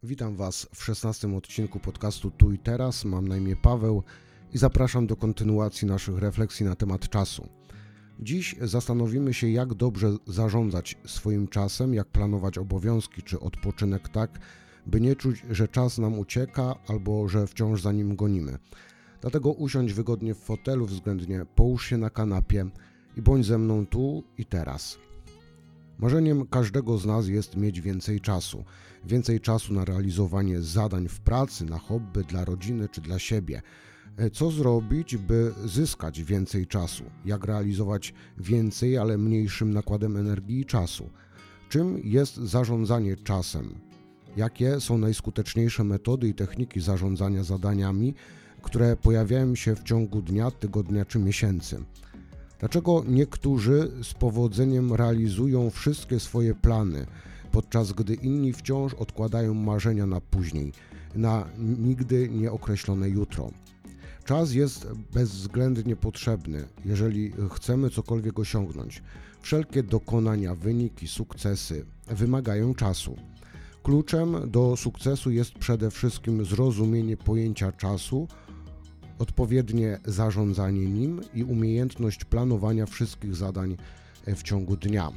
Witam Was w 16 odcinku podcastu Tu i Teraz. Mam na imię Paweł i zapraszam do kontynuacji naszych refleksji na temat czasu. Dziś zastanowimy się, jak dobrze zarządzać swoim czasem, jak planować obowiązki czy odpoczynek tak, by nie czuć, że czas nam ucieka albo że wciąż za nim gonimy. Dlatego usiądź wygodnie w fotelu, względnie połóż się na kanapie i bądź ze mną tu i teraz. Marzeniem każdego z nas jest mieć więcej czasu na realizowanie zadań w pracy, na hobby, dla rodziny czy dla siebie. Co zrobić, by zyskać więcej czasu? Jak realizować więcej, ale mniejszym nakładem energii i czasu? Czym jest zarządzanie czasem? Jakie są najskuteczniejsze metody i techniki zarządzania zadaniami, które pojawiają się w ciągu dnia, tygodnia czy miesięcy? Dlaczego niektórzy z powodzeniem realizują wszystkie swoje plany, podczas gdy inni wciąż odkładają marzenia na później, na nigdy nieokreślone jutro? Czas jest bezwzględnie potrzebny, jeżeli chcemy cokolwiek osiągnąć. Wszelkie dokonania, wyniki, sukcesy wymagają czasu. Kluczem do sukcesu jest przede wszystkim zrozumienie pojęcia czasu, odpowiednie zarządzanie nim i umiejętność planowania wszystkich zadań w ciągu dnia.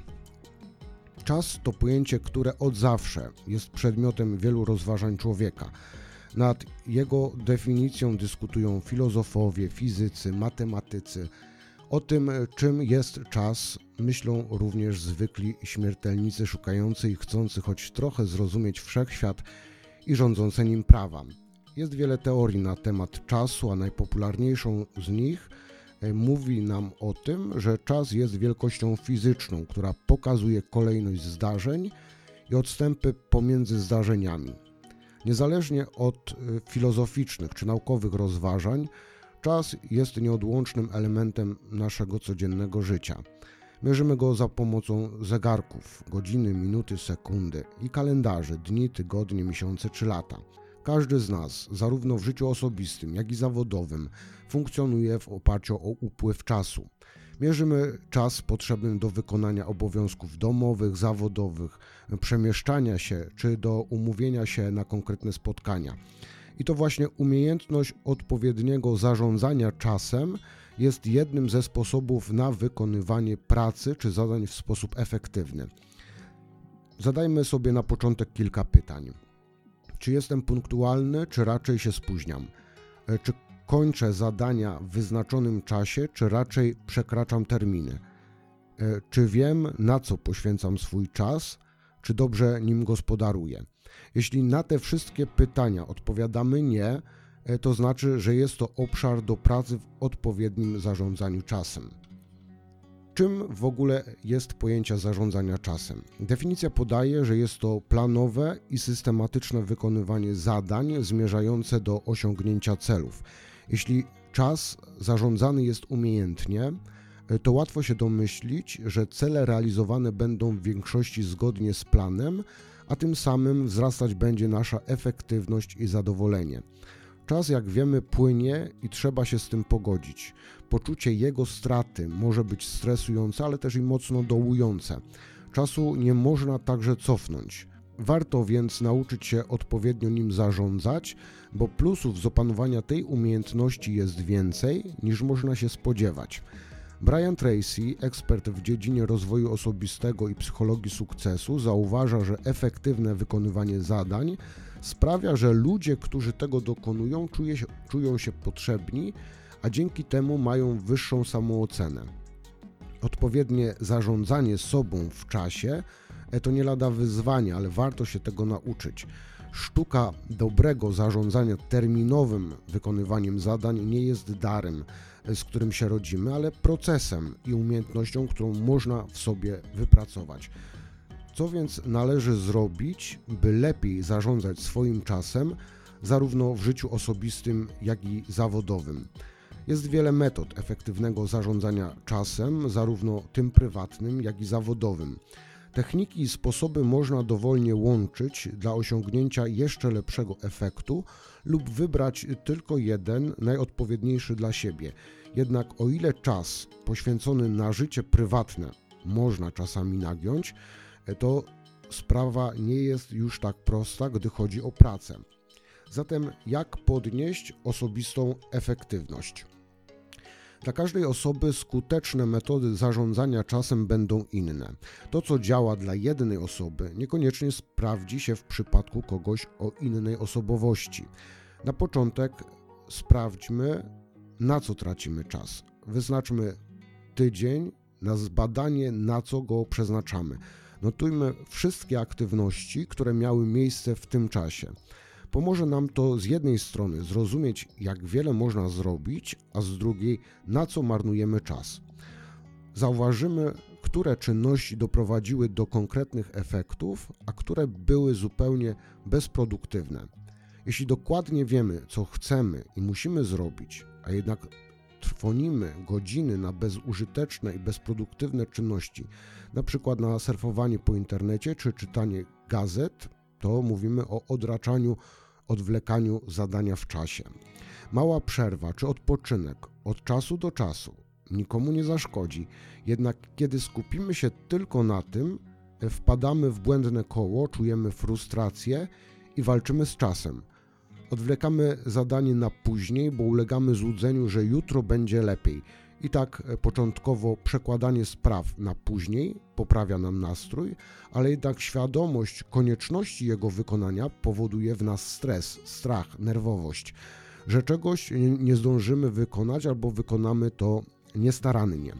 Czas to pojęcie, które od zawsze jest przedmiotem wielu rozważań człowieka. Nad jego definicją dyskutują filozofowie, fizycy, matematycy. O tym, czym jest czas, myślą również zwykli śmiertelnicy szukający i chcący choć trochę zrozumieć wszechświat i rządzące nim prawa. Jest wiele teorii na temat czasu, a najpopularniejszą z nich mówi nam o tym, że czas jest wielkością fizyczną, która pokazuje kolejność zdarzeń i odstępy pomiędzy zdarzeniami. Niezależnie od filozoficznych czy naukowych rozważań, czas jest nieodłącznym elementem naszego codziennego życia. Mierzymy go za pomocą zegarków, godziny, minuty, sekundy i kalendarzy, dni, tygodnie, miesiące czy lata. Każdy z nas, zarówno w życiu osobistym, jak i zawodowym, funkcjonuje w oparciu o upływ czasu. Mierzymy czas potrzebny do wykonania obowiązków domowych, zawodowych, przemieszczania się czy do umówienia się na konkretne spotkania. I to właśnie umiejętność odpowiedniego zarządzania czasem jest jednym ze sposobów na wykonywanie pracy czy zadań w sposób efektywny. Zadajmy sobie na początek kilka pytań. Czy jestem punktualny, czy raczej się spóźniam? Czy kończę zadania w wyznaczonym czasie, czy raczej przekraczam terminy? Czy wiem, na co poświęcam swój czas, czy dobrze nim gospodaruję? Jeśli na te wszystkie pytania odpowiadamy nie, to znaczy, że jest to obszar do pracy w odpowiednim zarządzaniu czasem. Czym w ogóle jest pojęcie zarządzania czasem? Definicja podaje, że jest to planowe i systematyczne wykonywanie zadań zmierzające do osiągnięcia celów. Jeśli czas zarządzany jest umiejętnie, to łatwo się domyślić, że cele realizowane będą w większości zgodnie z planem, a tym samym wzrastać będzie nasza efektywność i zadowolenie. Czas, jak wiemy, płynie i trzeba się z tym pogodzić. Poczucie jego straty może być stresujące, ale też i mocno dołujące. Czasu nie można także cofnąć. Warto więc nauczyć się odpowiednio nim zarządzać, bo plusów z opanowania tej umiejętności jest więcej, niż można się spodziewać. Brian Tracy, ekspert w dziedzinie rozwoju osobistego i psychologii sukcesu, zauważa, że efektywne wykonywanie zadań sprawia, że ludzie, którzy tego dokonują, czują się potrzebni, a dzięki temu mają wyższą samoocenę. Odpowiednie zarządzanie sobą w czasie to nie lada wyzwanie, ale warto się tego nauczyć. Sztuka dobrego zarządzania terminowym wykonywaniem zadań nie jest darem, z którym się rodzimy, ale procesem i umiejętnością, którą można w sobie wypracować. Co więc należy zrobić, by lepiej zarządzać swoim czasem, zarówno w życiu osobistym, jak i zawodowym? Jest wiele metod efektywnego zarządzania czasem, zarówno tym prywatnym, jak i zawodowym. Techniki i sposoby można dowolnie łączyć dla osiągnięcia jeszcze lepszego efektu lub wybrać tylko jeden, najodpowiedniejszy dla siebie. Jednak o ile czas poświęcony na życie prywatne można czasami nagiąć, to sprawa nie jest już tak prosta, gdy chodzi o pracę. Zatem jak podnieść osobistą efektywność? Dla każdej osoby skuteczne metody zarządzania czasem będą inne. To, co działa dla jednej osoby, niekoniecznie sprawdzi się w przypadku kogoś o innej osobowości. Na początek sprawdźmy, na co tracimy czas. Wyznaczmy tydzień na zbadanie, na co go przeznaczamy. Notujmy wszystkie aktywności, które miały miejsce w tym czasie. Pomoże nam to z jednej strony zrozumieć, jak wiele można zrobić, a z drugiej, na co marnujemy czas. Zauważymy, które czynności doprowadziły do konkretnych efektów, a które były zupełnie bezproduktywne. Jeśli dokładnie wiemy, co chcemy i musimy zrobić, a jednak trwonimy godziny na bezużyteczne i bezproduktywne czynności, np. na surfowanie po internecie czy czytanie gazet, to mówimy o odraczaniu, odwlekaniu zadania w czasie. Mała przerwa czy odpoczynek od czasu do czasu nikomu nie zaszkodzi, jednak kiedy skupimy się tylko na tym, wpadamy w błędne koło, czujemy frustrację i walczymy z czasem. Odwlekamy zadanie na później, bo ulegamy złudzeniu, że jutro będzie lepiej. I tak początkowo przekładanie spraw na później poprawia nam nastrój, ale jednak świadomość konieczności jego wykonania powoduje w nas stres, strach, nerwowość, że czegoś nie zdążymy wykonać albo wykonamy to niestarannie.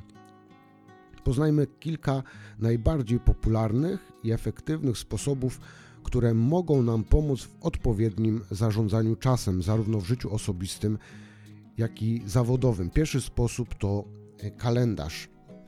Poznajmy kilka najbardziej popularnych i efektywnych sposobów, które mogą nam pomóc w odpowiednim zarządzaniu czasem, zarówno w życiu osobistym, jak i zawodowym. Pierwszy sposób to kalendarz.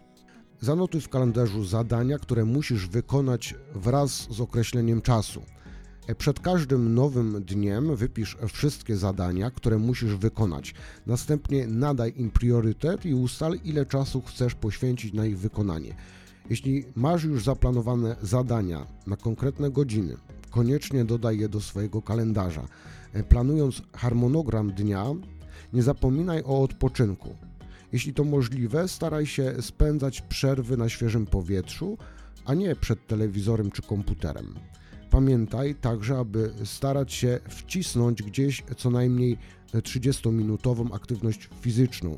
Zanotuj w kalendarzu zadania, które musisz wykonać wraz z określeniem czasu. Przed każdym nowym dniem wypisz wszystkie zadania, które musisz wykonać. Następnie nadaj im priorytet i ustal, ile czasu chcesz poświęcić na ich wykonanie. Jeśli masz już zaplanowane zadania na konkretne godziny, koniecznie dodaj je do swojego kalendarza. Planując harmonogram dnia, nie zapominaj o odpoczynku. Jeśli to możliwe, staraj się spędzać przerwy na świeżym powietrzu, a nie przed telewizorem czy komputerem. Pamiętaj także, aby starać się wcisnąć gdzieś co najmniej 30-minutową aktywność fizyczną,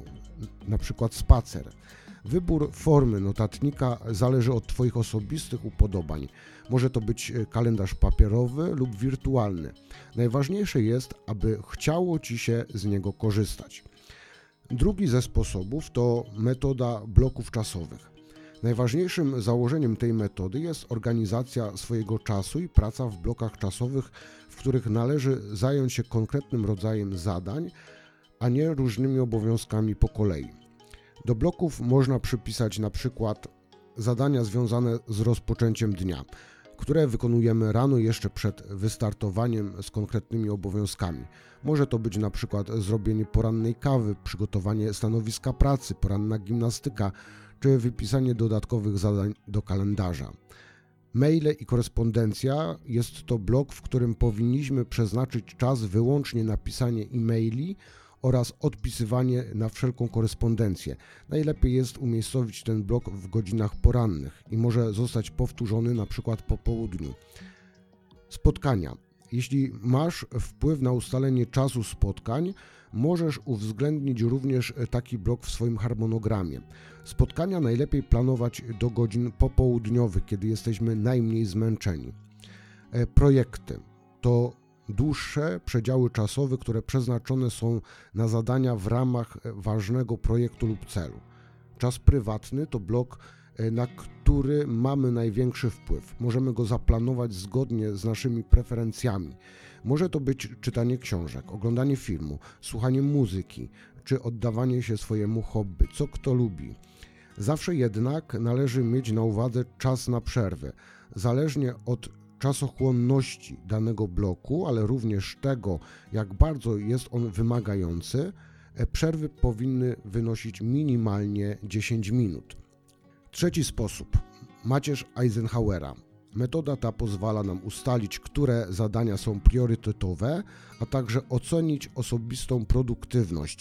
np. spacer. Wybór formy notatnika zależy od Twoich osobistych upodobań. Może to być kalendarz papierowy lub wirtualny. Najważniejsze jest, aby chciało Ci się z niego korzystać. Drugi ze sposobów to metoda bloków czasowych. Najważniejszym założeniem tej metody jest organizacja swojego czasu i praca w blokach czasowych, w których należy zająć się konkretnym rodzajem zadań, a nie różnymi obowiązkami po kolei. Do bloków można przypisać na przykład zadania związane z rozpoczęciem dnia, które wykonujemy rano jeszcze przed wystartowaniem z konkretnymi obowiązkami. Może to być na przykład zrobienie porannej kawy, przygotowanie stanowiska pracy, poranna gimnastyka, czy wypisanie dodatkowych zadań do kalendarza. Maile i korespondencja jest to blok, w którym powinniśmy przeznaczyć czas wyłącznie na pisanie e-maili oraz odpisywanie na wszelką korespondencję. Najlepiej jest umiejscowić ten blok w godzinach porannych i może zostać powtórzony na przykład po południu. Spotkania. Jeśli masz wpływ na ustalenie czasu spotkań, możesz uwzględnić również taki blok w swoim harmonogramie. Spotkania najlepiej planować do godzin popołudniowych, kiedy jesteśmy najmniej zmęczeni. Projekty to dłuższe przedziały czasowe, które przeznaczone są na zadania w ramach ważnego projektu lub celu. Czas prywatny to blok, na który mamy największy wpływ. Możemy go zaplanować zgodnie z naszymi preferencjami. Może to być czytanie książek, oglądanie filmu, słuchanie muzyki, czy oddawanie się swojemu hobby, co kto lubi. Zawsze jednak należy mieć na uwadze czas na przerwę. Zależnie od czasochłonności danego bloku, ale również tego, jak bardzo jest on wymagający, przerwy powinny wynosić minimalnie 10 minut. Trzeci sposób. Macierz Eisenhowera. Metoda ta pozwala nam ustalić, które zadania są priorytetowe, a także ocenić osobistą produktywność.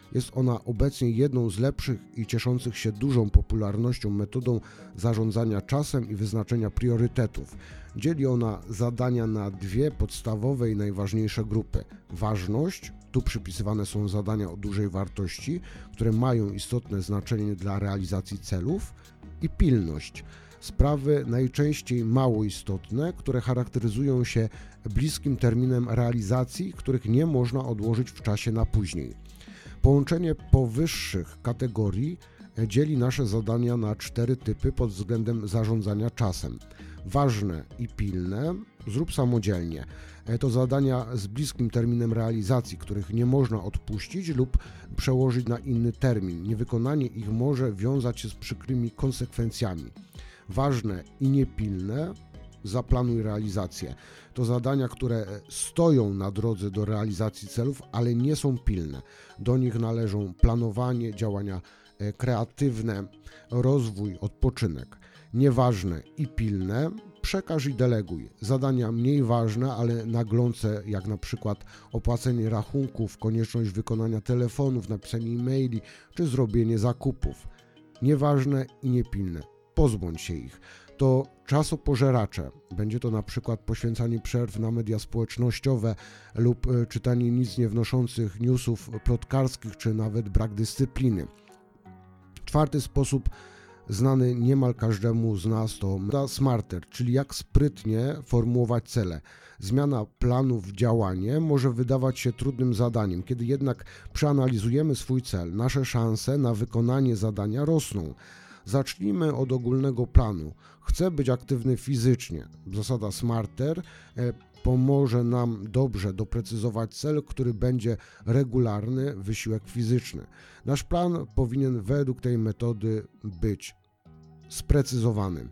Jest ona obecnie jedną z lepszych i cieszących się dużą popularnością metodą zarządzania czasem i wyznaczenia priorytetów. Dzieli ona zadania na dwie podstawowe i najważniejsze grupy. Ważność, tu przypisywane są zadania o dużej wartości, które mają istotne znaczenie dla realizacji celów, i pilność, sprawy najczęściej mało istotne, które charakteryzują się bliskim terminem realizacji, których nie można odłożyć w czasie na później. Połączenie powyższych kategorii dzieli nasze zadania na 4 typy pod względem zarządzania czasem. Ważne i pilne zrób samodzielnie. To zadania z bliskim terminem realizacji, których nie można odpuścić lub przełożyć na inny termin. Niewykonanie ich może wiązać się z przykrymi konsekwencjami. Ważne i niepilne zaplanuj realizację. To zadania, które stoją na drodze do realizacji celów, ale nie są pilne. Do nich należą planowanie, działania kreatywne, rozwój, odpoczynek. Nieważne i pilne przekaż i deleguj. Zadania mniej ważne, ale naglące, jak na przykład opłacenie rachunków, konieczność wykonania telefonów, napisanie e-maili czy zrobienie zakupów. Nieważne i niepilne. Pozbądź się ich. To czasopożeracze. Będzie to na przykład poświęcanie przerw na media społecznościowe lub czytanie nic nie wnoszących newsów plotkarskich, czy nawet brak dyscypliny. 4. sposób, znany niemal każdemu z nas, to metoda SMARTER, czyli jak sprytnie formułować cele. Zmiana planu w działanie może wydawać się trudnym zadaniem, kiedy jednak przeanalizujemy swój cel, nasze szanse na wykonanie zadania rosną. Zacznijmy od ogólnego planu. Chcę być aktywny fizycznie. Zasada SMARTER pomoże nam dobrze doprecyzować cel, który będzie regularny wysiłek fizyczny. Nasz plan powinien według tej metody być sprecyzowany.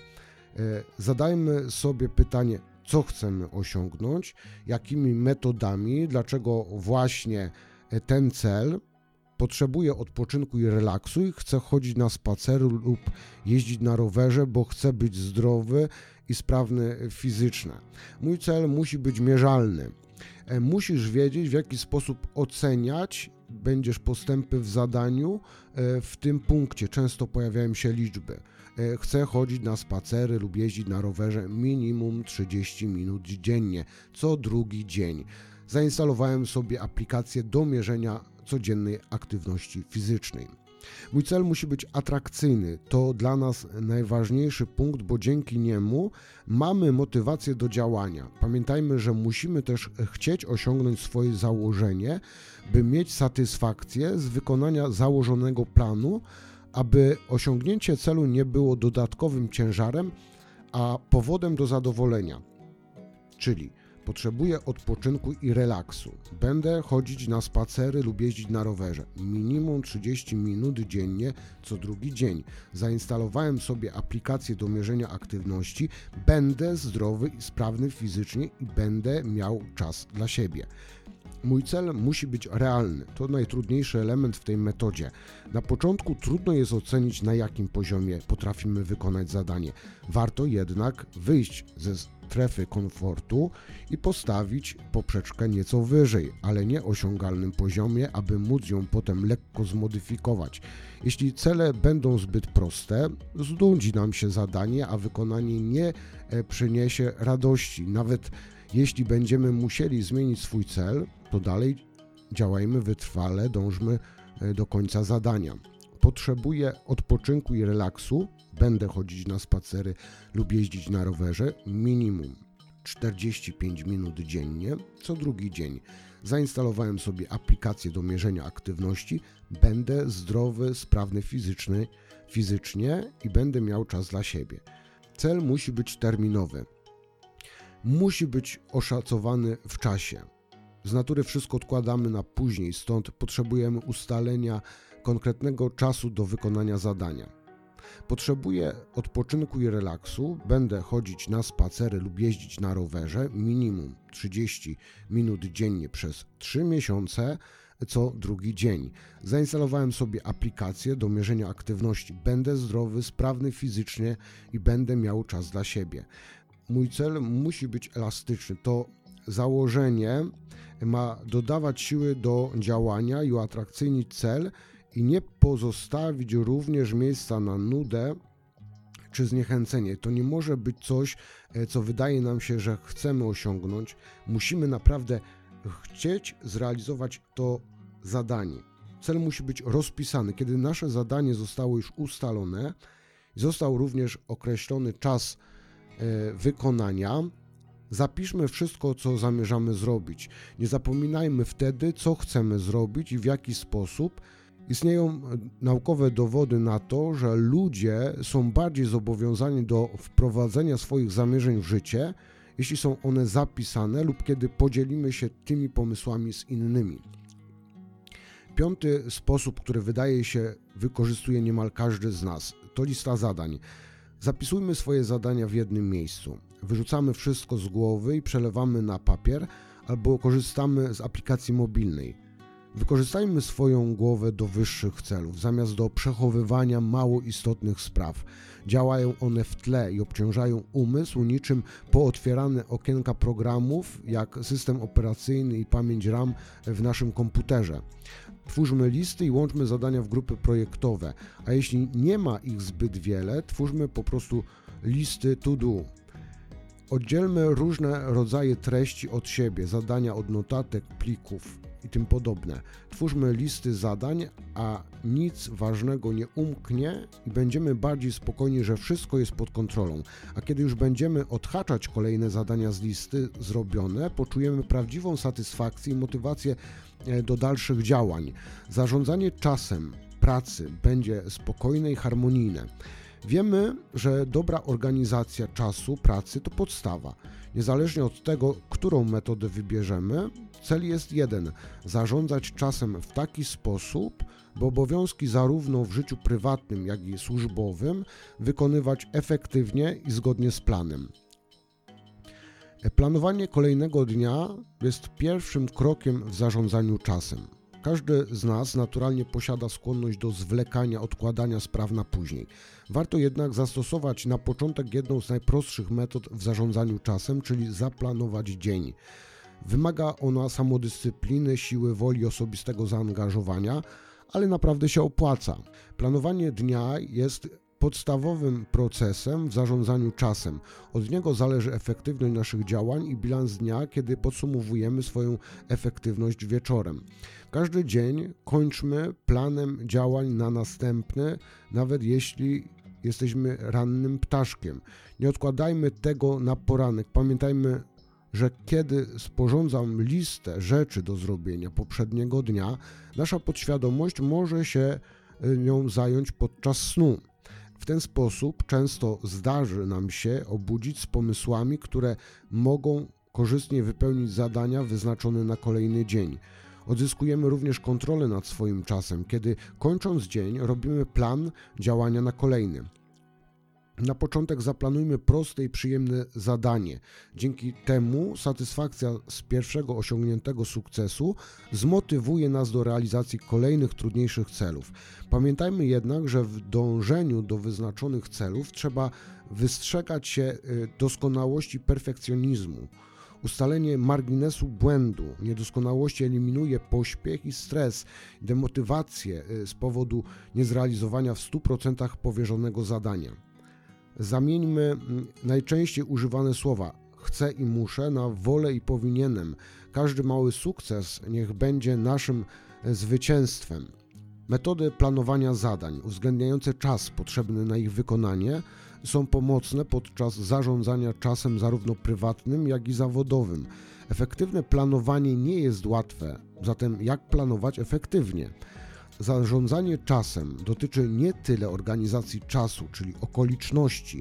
Zadajmy sobie pytanie, co chcemy osiągnąć, jakimi metodami, dlaczego właśnie ten cel. Potrzebuję odpoczynku i relaksu i chcę chodzić na spacery lub jeździć na rowerze, bo chcę być zdrowy i sprawny fizycznie. Mój cel musi być mierzalny. Musisz wiedzieć, w jaki sposób oceniać będziesz postępy w zadaniu. W tym punkcie często pojawiają się liczby. Chcę chodzić na spacery lub jeździć na rowerze minimum 30 minut dziennie, co drugi dzień. Zainstalowałem sobie aplikację do mierzenia codziennej aktywności fizycznej. Mój cel musi być atrakcyjny. To dla nas najważniejszy punkt, bo dzięki niemu mamy motywację do działania. Pamiętajmy, że musimy też chcieć osiągnąć swoje założenie, by mieć satysfakcję z wykonania założonego planu, aby osiągnięcie celu nie było dodatkowym ciężarem, a powodem do zadowolenia. Czyli potrzebuję odpoczynku i relaksu. Będę chodzić na spacery lub jeździć na rowerze. Minimum 30 minut dziennie, co drugi dzień. Zainstalowałem sobie aplikację do mierzenia aktywności. Będę zdrowy i sprawny fizycznie i będę miał czas dla siebie. Mój cel musi być realny. To najtrudniejszy element w tej metodzie. Na początku trudno jest ocenić, na jakim poziomie potrafimy wykonać zadanie. Warto jednak wyjść ze strefy komfortu i postawić poprzeczkę nieco wyżej, ale nie osiągalnym poziomie, aby móc ją potem lekko zmodyfikować. Jeśli cele będą zbyt proste, znudzi nam się zadanie, a wykonanie nie przyniesie radości. Nawet jeśli będziemy musieli zmienić swój cel, to dalej działajmy wytrwale, dążmy do końca zadania. Potrzebuję odpoczynku i relaksu, będę chodzić na spacery lub jeździć na rowerze minimum 45 minut dziennie, co drugi dzień. Zainstalowałem sobie aplikację do mierzenia aktywności, będę zdrowy, sprawny fizycznie i będę miał czas dla siebie. Cel musi być terminowy. Musi być oszacowany w czasie. Z natury wszystko odkładamy na później, stąd potrzebujemy ustalenia konkretnego czasu do wykonania zadania. Potrzebuję odpoczynku i relaksu, będę chodzić na spacery lub jeździć na rowerze minimum 30 minut dziennie przez 3 miesiące, co drugi dzień. Zainstalowałem sobie aplikację do mierzenia aktywności, będę zdrowy, sprawny fizycznie i będę miał czas dla siebie. Mój cel musi być elastyczny, to założenie ma dodawać siły do działania i uatrakcyjnić cel i nie pozostawić również miejsca na nudę czy zniechęcenie. To nie może być coś, co wydaje nam się, że chcemy osiągnąć. Musimy naprawdę chcieć zrealizować to zadanie. Cel musi być rozpisany. Kiedy nasze zadanie zostało już ustalone, został również określony czas wykonania, zapiszmy wszystko, co zamierzamy zrobić. Nie zapominajmy wtedy, co chcemy zrobić i w jaki sposób. Istnieją naukowe dowody na to, że ludzie są bardziej zobowiązani do wprowadzenia swoich zamierzeń w życie, jeśli są one zapisane lub kiedy podzielimy się tymi pomysłami z innymi. 5. sposób, który wydaje się wykorzystuje niemal każdy z nas, to lista zadań. Zapisujmy swoje zadania w jednym miejscu. Wyrzucamy wszystko z głowy i przelewamy na papier albo korzystamy z aplikacji mobilnej. Wykorzystajmy swoją głowę do wyższych celów, zamiast do przechowywania mało istotnych spraw. Działają one w tle i obciążają umysł niczym pootwierane okienka programów, jak system operacyjny i pamięć RAM w naszym komputerze. Twórzmy listy i łączmy zadania w grupy projektowe, a jeśli nie ma ich zbyt wiele, twórzmy po prostu listy to do. Oddzielmy różne rodzaje treści od siebie, zadania od notatek, plików i tym podobne. Twórzmy listy zadań, a nic ważnego nie umknie i będziemy bardziej spokojni, że wszystko jest pod kontrolą. A kiedy już będziemy odhaczać kolejne zadania z listy zrobione, poczujemy prawdziwą satysfakcję i motywację do dalszych działań. Zarządzanie czasem pracy będzie spokojne i harmonijne. Wiemy, że dobra organizacja czasu pracy to podstawa. Niezależnie od tego, którą metodę wybierzemy, cel jest jeden – zarządzać czasem w taki sposób, by obowiązki zarówno w życiu prywatnym, jak i służbowym wykonywać efektywnie i zgodnie z planem. Planowanie kolejnego dnia jest pierwszym krokiem w zarządzaniu czasem. Każdy z nas naturalnie posiada skłonność do zwlekania, odkładania spraw na później. Warto jednak zastosować na początek jedną z najprostszych metod w zarządzaniu czasem, czyli zaplanować dzień. Wymaga ona samodyscypliny, siły woli, osobistego zaangażowania, ale naprawdę się opłaca. Planowanie dnia jest podstawowym procesem w zarządzaniu czasem. Od niego zależy efektywność naszych działań i bilans dnia, kiedy podsumowujemy swoją efektywność wieczorem. Każdy dzień kończmy planem działań na następny, nawet jeśli jesteśmy rannym ptaszkiem. Nie odkładajmy tego na poranek. Pamiętajmy, że kiedy sporządzam listę rzeczy do zrobienia poprzedniego dnia, nasza podświadomość może się nią zająć podczas snu. W ten sposób często zdarzy nam się obudzić z pomysłami, które mogą korzystnie wypełnić zadania wyznaczone na kolejny dzień. Odzyskujemy również kontrolę nad swoim czasem, kiedy kończąc dzień robimy plan działania na kolejny. Na początek zaplanujmy proste i przyjemne zadanie. Dzięki temu satysfakcja z pierwszego osiągniętego sukcesu zmotywuje nas do realizacji kolejnych trudniejszych celów. Pamiętajmy jednak, że w dążeniu do wyznaczonych celów trzeba wystrzegać się doskonałości perfekcjonizmu. Ustalenie marginesu błędu, niedoskonałości eliminuje pośpiech i stres, demotywację z powodu niezrealizowania w 100% powierzonego zadania. Zamieńmy najczęściej używane słowa chcę i muszę na wolę i powinienem. Każdy mały sukces niech będzie naszym zwycięstwem. Metody planowania zadań uwzględniające czas potrzebny na ich wykonanie są pomocne podczas zarządzania czasem zarówno prywatnym, jak i zawodowym. Efektywne planowanie nie jest łatwe, zatem jak planować efektywnie? Zarządzanie czasem dotyczy nie tyle organizacji czasu, czyli okoliczności,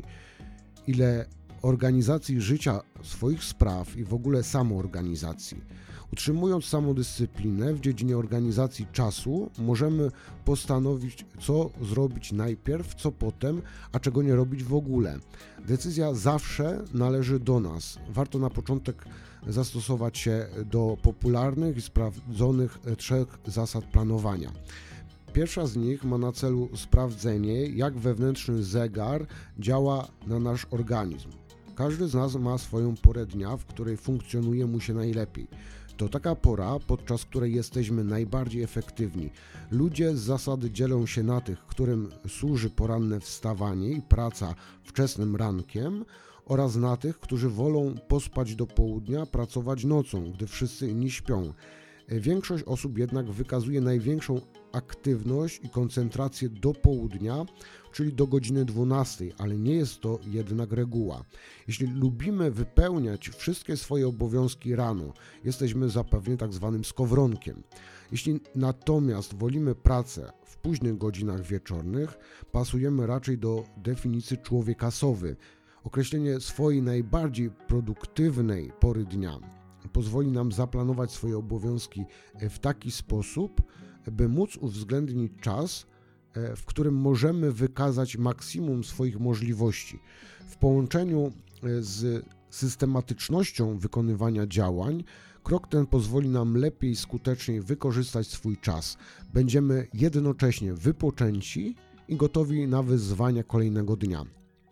ile organizacji życia, swoich spraw i w ogóle samoorganizacji. Utrzymując samodyscyplinę w dziedzinie organizacji czasu, możemy postanowić, co zrobić najpierw, co potem, a czego nie robić w ogóle. Decyzja zawsze należy do nas. Warto na początek zastosować się do popularnych i sprawdzonych 3 zasad planowania. Pierwsza z nich ma na celu sprawdzenie, jak wewnętrzny zegar działa na nasz organizm. Każdy z nas ma swoją porę dnia, w której funkcjonuje mu się najlepiej. To taka pora, podczas której jesteśmy najbardziej efektywni. Ludzie z zasady dzielą się na tych, którym służy poranne wstawanie i praca wczesnym rankiem, oraz na tych, którzy wolą pospać do południa, pracować nocą, gdy wszyscy inni śpią. Większość osób jednak wykazuje największą aktywność i koncentrację do południa, czyli do godziny 12, ale nie jest to jednak reguła. Jeśli lubimy wypełniać wszystkie swoje obowiązki rano, jesteśmy zapewne tak zwanym skowronkiem. Jeśli natomiast wolimy pracę w późnych godzinach wieczornych, pasujemy raczej do definicji człowieka sowy. Określenie swojej najbardziej produktywnej pory dnia pozwoli nam zaplanować swoje obowiązki w taki sposób, by móc uwzględnić czas, w którym możemy wykazać maksimum swoich możliwości. W połączeniu z systematycznością wykonywania działań, krok ten pozwoli nam lepiej i skuteczniej wykorzystać swój czas. Będziemy jednocześnie wypoczęci i gotowi na wyzwania kolejnego dnia.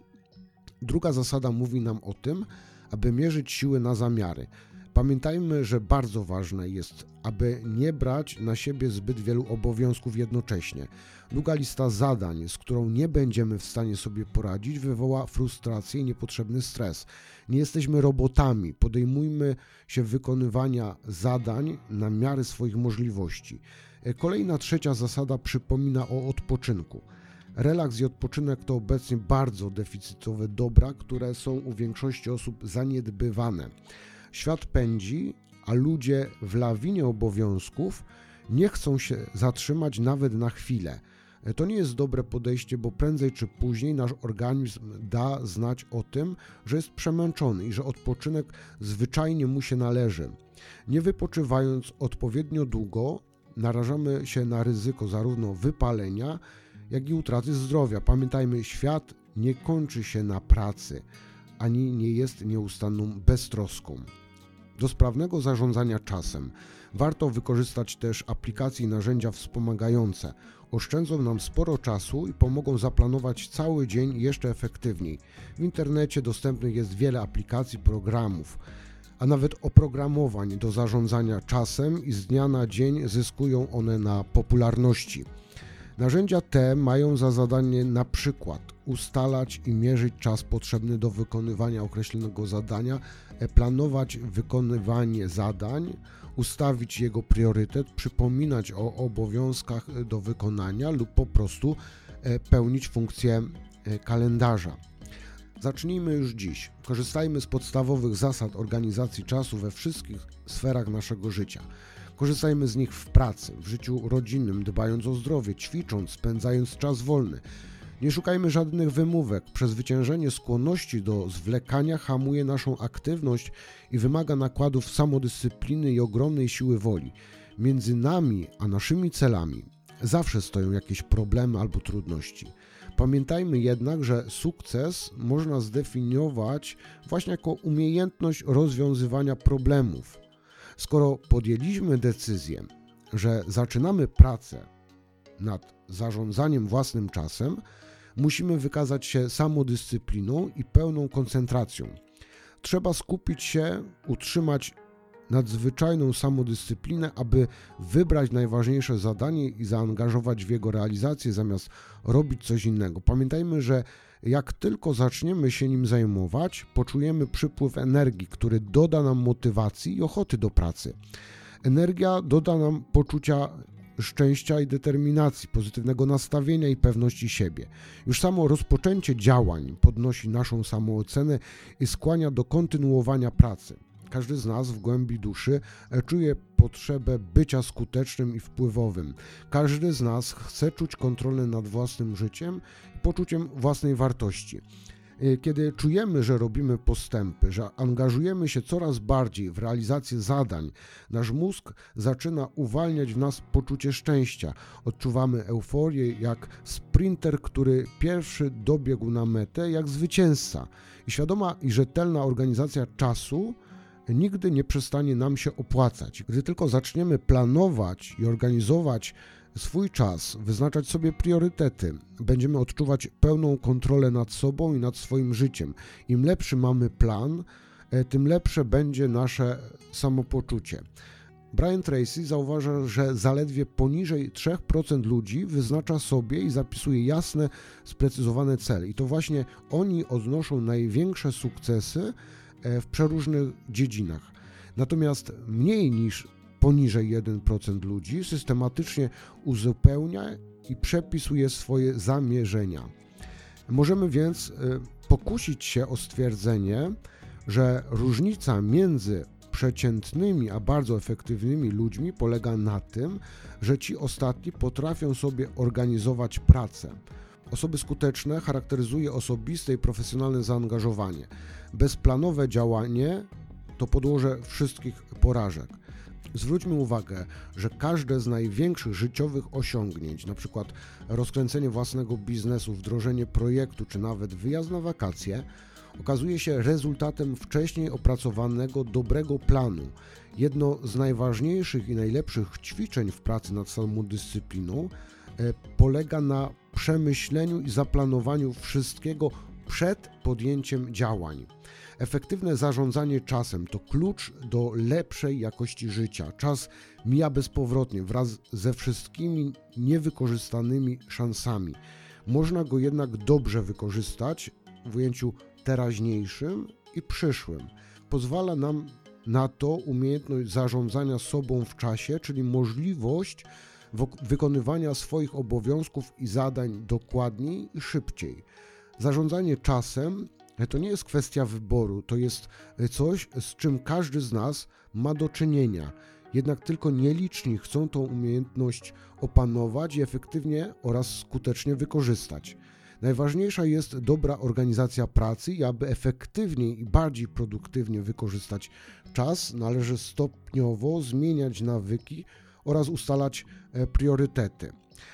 Druga zasada mówi nam o tym, aby mierzyć siły na zamiary. Pamiętajmy, że bardzo ważne jest, aby nie brać na siebie zbyt wielu obowiązków jednocześnie. Długa lista zadań, z którą nie będziemy w stanie sobie poradzić, wywoła frustrację i niepotrzebny stres. Nie jesteśmy robotami, podejmujmy się wykonywania zadań na miarę swoich możliwości. Kolejna, trzecia zasada przypomina o odpoczynku. Relaks i odpoczynek to obecnie bardzo deficytowe dobra, które są u większości osób zaniedbywane. Świat pędzi, a ludzie w lawinie obowiązków nie chcą się zatrzymać nawet na chwilę. To nie jest dobre podejście, bo prędzej czy później nasz organizm da znać o tym, że jest przemęczony i że odpoczynek zwyczajnie mu się należy. Nie wypoczywając odpowiednio długo, narażamy się na ryzyko zarówno wypalenia, jak i utraty zdrowia. Pamiętajmy, świat nie kończy się na pracy, ani nie jest nieustanną beztroską. Do sprawnego zarządzania czasem warto wykorzystać też aplikacje i narzędzia wspomagające. Oszczędzą nam sporo czasu i pomogą zaplanować cały dzień jeszcze efektywniej. W internecie dostępnych jest wiele aplikacji, programów, a nawet oprogramowań do zarządzania czasem i z dnia na dzień zyskują one na popularności. Narzędzia te mają za zadanie na przykład ustalać i mierzyć czas potrzebny do wykonywania określonego zadania, planować wykonywanie zadań, ustawić jego priorytet, przypominać o obowiązkach do wykonania lub po prostu pełnić funkcję kalendarza. Zacznijmy już dziś. Korzystajmy z podstawowych zasad organizacji czasu we wszystkich sferach naszego życia. Korzystajmy z nich w pracy, w życiu rodzinnym, dbając o zdrowie, ćwicząc, spędzając czas wolny. Nie szukajmy żadnych wymówek. Przezwyciężenie skłonności do zwlekania hamuje naszą aktywność i wymaga nakładów samodyscypliny i ogromnej siły woli. Między nami a naszymi celami zawsze stoją jakieś problemy albo trudności. Pamiętajmy jednak, że sukces można zdefiniować właśnie jako umiejętność rozwiązywania problemów. Skoro podjęliśmy decyzję, że zaczynamy pracę nad zarządzaniem własnym czasem, musimy wykazać się samodyscypliną i pełną koncentracją. Trzeba skupić się, utrzymać nadzwyczajną samodyscyplinę, aby wybrać najważniejsze zadanie i zaangażować w jego realizację, zamiast robić coś innego. Pamiętajmy, że jak tylko zaczniemy się nim zajmować, poczujemy przypływ energii, który doda nam motywacji i ochoty do pracy. Energia doda nam poczucia szczęścia i determinacji, pozytywnego nastawienia i pewności siebie. Już samo rozpoczęcie działań podnosi naszą samoocenę i skłania do kontynuowania pracy. Każdy z nas w głębi duszy czuje potrzebę bycia skutecznym i wpływowym. Każdy z nas chce czuć kontrolę nad własnym życiem i poczuciem własnej wartości. Kiedy czujemy, że robimy postępy, że angażujemy się coraz bardziej w realizację zadań, nasz mózg zaczyna uwalniać w nas poczucie szczęścia. Odczuwamy euforię jak sprinter, który pierwszy dobiegł na metę, jak zwycięzca. I świadoma i rzetelna organizacja czasu nigdy nie przestanie nam się opłacać. Gdy tylko zaczniemy planować i organizować swój czas, wyznaczać sobie priorytety, będziemy odczuwać pełną kontrolę nad sobą i nad swoim życiem. Im lepszy mamy plan, tym lepsze będzie nasze samopoczucie. Brian Tracy zauważa, że zaledwie poniżej 3% ludzi wyznacza sobie i zapisuje jasne, sprecyzowane cele. I to właśnie oni odnoszą największe sukcesy w przeróżnych dziedzinach. Natomiast mniej niż poniżej 1% ludzi systematycznie uzupełnia i przepisuje swoje zamierzenia. Możemy więc pokusić się o stwierdzenie, że różnica między przeciętnymi a bardzo efektywnymi ludźmi polega na tym, że ci ostatni potrafią sobie organizować pracę. Osoby skuteczne charakteryzuje osobiste i profesjonalne zaangażowanie. Bezplanowe działanie to podłoże wszystkich porażek. Zwróćmy uwagę, że każde z największych życiowych osiągnięć, np. rozkręcenie własnego biznesu, wdrożenie projektu czy nawet wyjazd na wakacje, okazuje się rezultatem wcześniej opracowanego dobrego planu. Jedno z najważniejszych i najlepszych ćwiczeń w pracy nad samodyscypliną polega na przemyśleniu i zaplanowaniu wszystkiego przed podjęciem działań. Efektywne zarządzanie czasem to klucz do lepszej jakości życia. Czas mija bezpowrotnie wraz ze wszystkimi niewykorzystanymi szansami. Można go jednak dobrze wykorzystać w ujęciu teraźniejszym i przyszłym. Pozwala nam na to umiejętność zarządzania sobą w czasie, czyli możliwość wykonywania swoich obowiązków i zadań dokładniej i szybciej. Zarządzanie czasem to nie jest kwestia wyboru, to jest coś, z czym każdy z nas ma do czynienia. Jednak tylko nieliczni chcą tą umiejętność opanować i efektywnie oraz skutecznie wykorzystać. Najważniejsza jest dobra organizacja pracy i aby efektywniej i bardziej produktywnie wykorzystać czas, należy stopniowo zmieniać nawyki oraz ustalać priorytety.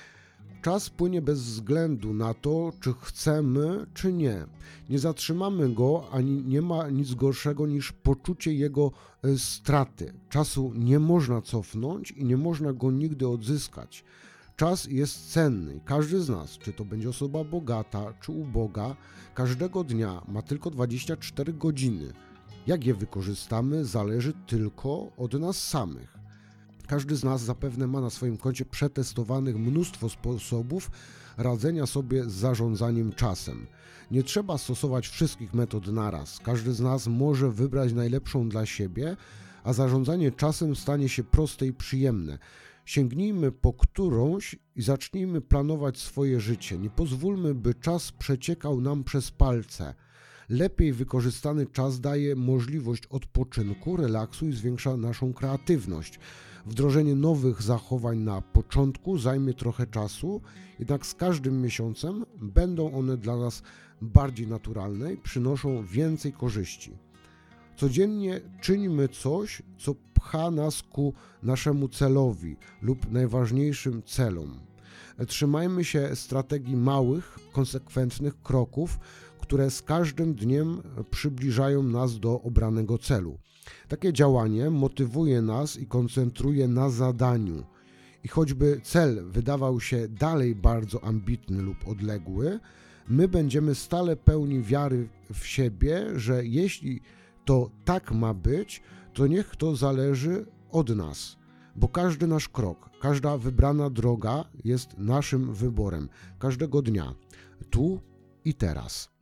Czas płynie bez względu na to, czy chcemy, czy nie. Nie zatrzymamy go, ani nie ma nic gorszego niż poczucie jego straty. Czasu nie można cofnąć i nie można go nigdy odzyskać. Czas jest cenny. Każdy z nas, czy to będzie osoba bogata, czy uboga, każdego dnia ma tylko 24 godziny. Jak je wykorzystamy, zależy tylko od nas samych. Każdy z nas zapewne ma na swoim koncie przetestowanych mnóstwo sposobów radzenia sobie z zarządzaniem czasem. Nie trzeba stosować wszystkich metod naraz. Każdy z nas może wybrać najlepszą dla siebie, a zarządzanie czasem stanie się proste i przyjemne. Sięgnijmy po którąś i zacznijmy planować swoje życie. Nie pozwólmy, by czas przeciekał nam przez palce. Lepiej wykorzystany czas daje możliwość odpoczynku, relaksu i zwiększa naszą kreatywność. Wdrożenie nowych zachowań na początku zajmie trochę czasu, jednak z każdym miesiącem będą one dla nas bardziej naturalne i przynoszą więcej korzyści. Codziennie czyńmy coś, co pcha nas ku naszemu celowi lub najważniejszym celom. Trzymajmy się strategii małych, konsekwentnych kroków, które z każdym dniem przybliżają nas do obranego celu. Takie działanie motywuje nas i koncentruje na zadaniu. I choćby cel wydawał się dalej bardzo ambitny lub odległy, my będziemy stale pełni wiary w siebie, że jeśli to tak ma być, to niech to zależy od nas. Bo każdy nasz krok, każda wybrana droga jest naszym wyborem, każdego dnia, tu i teraz.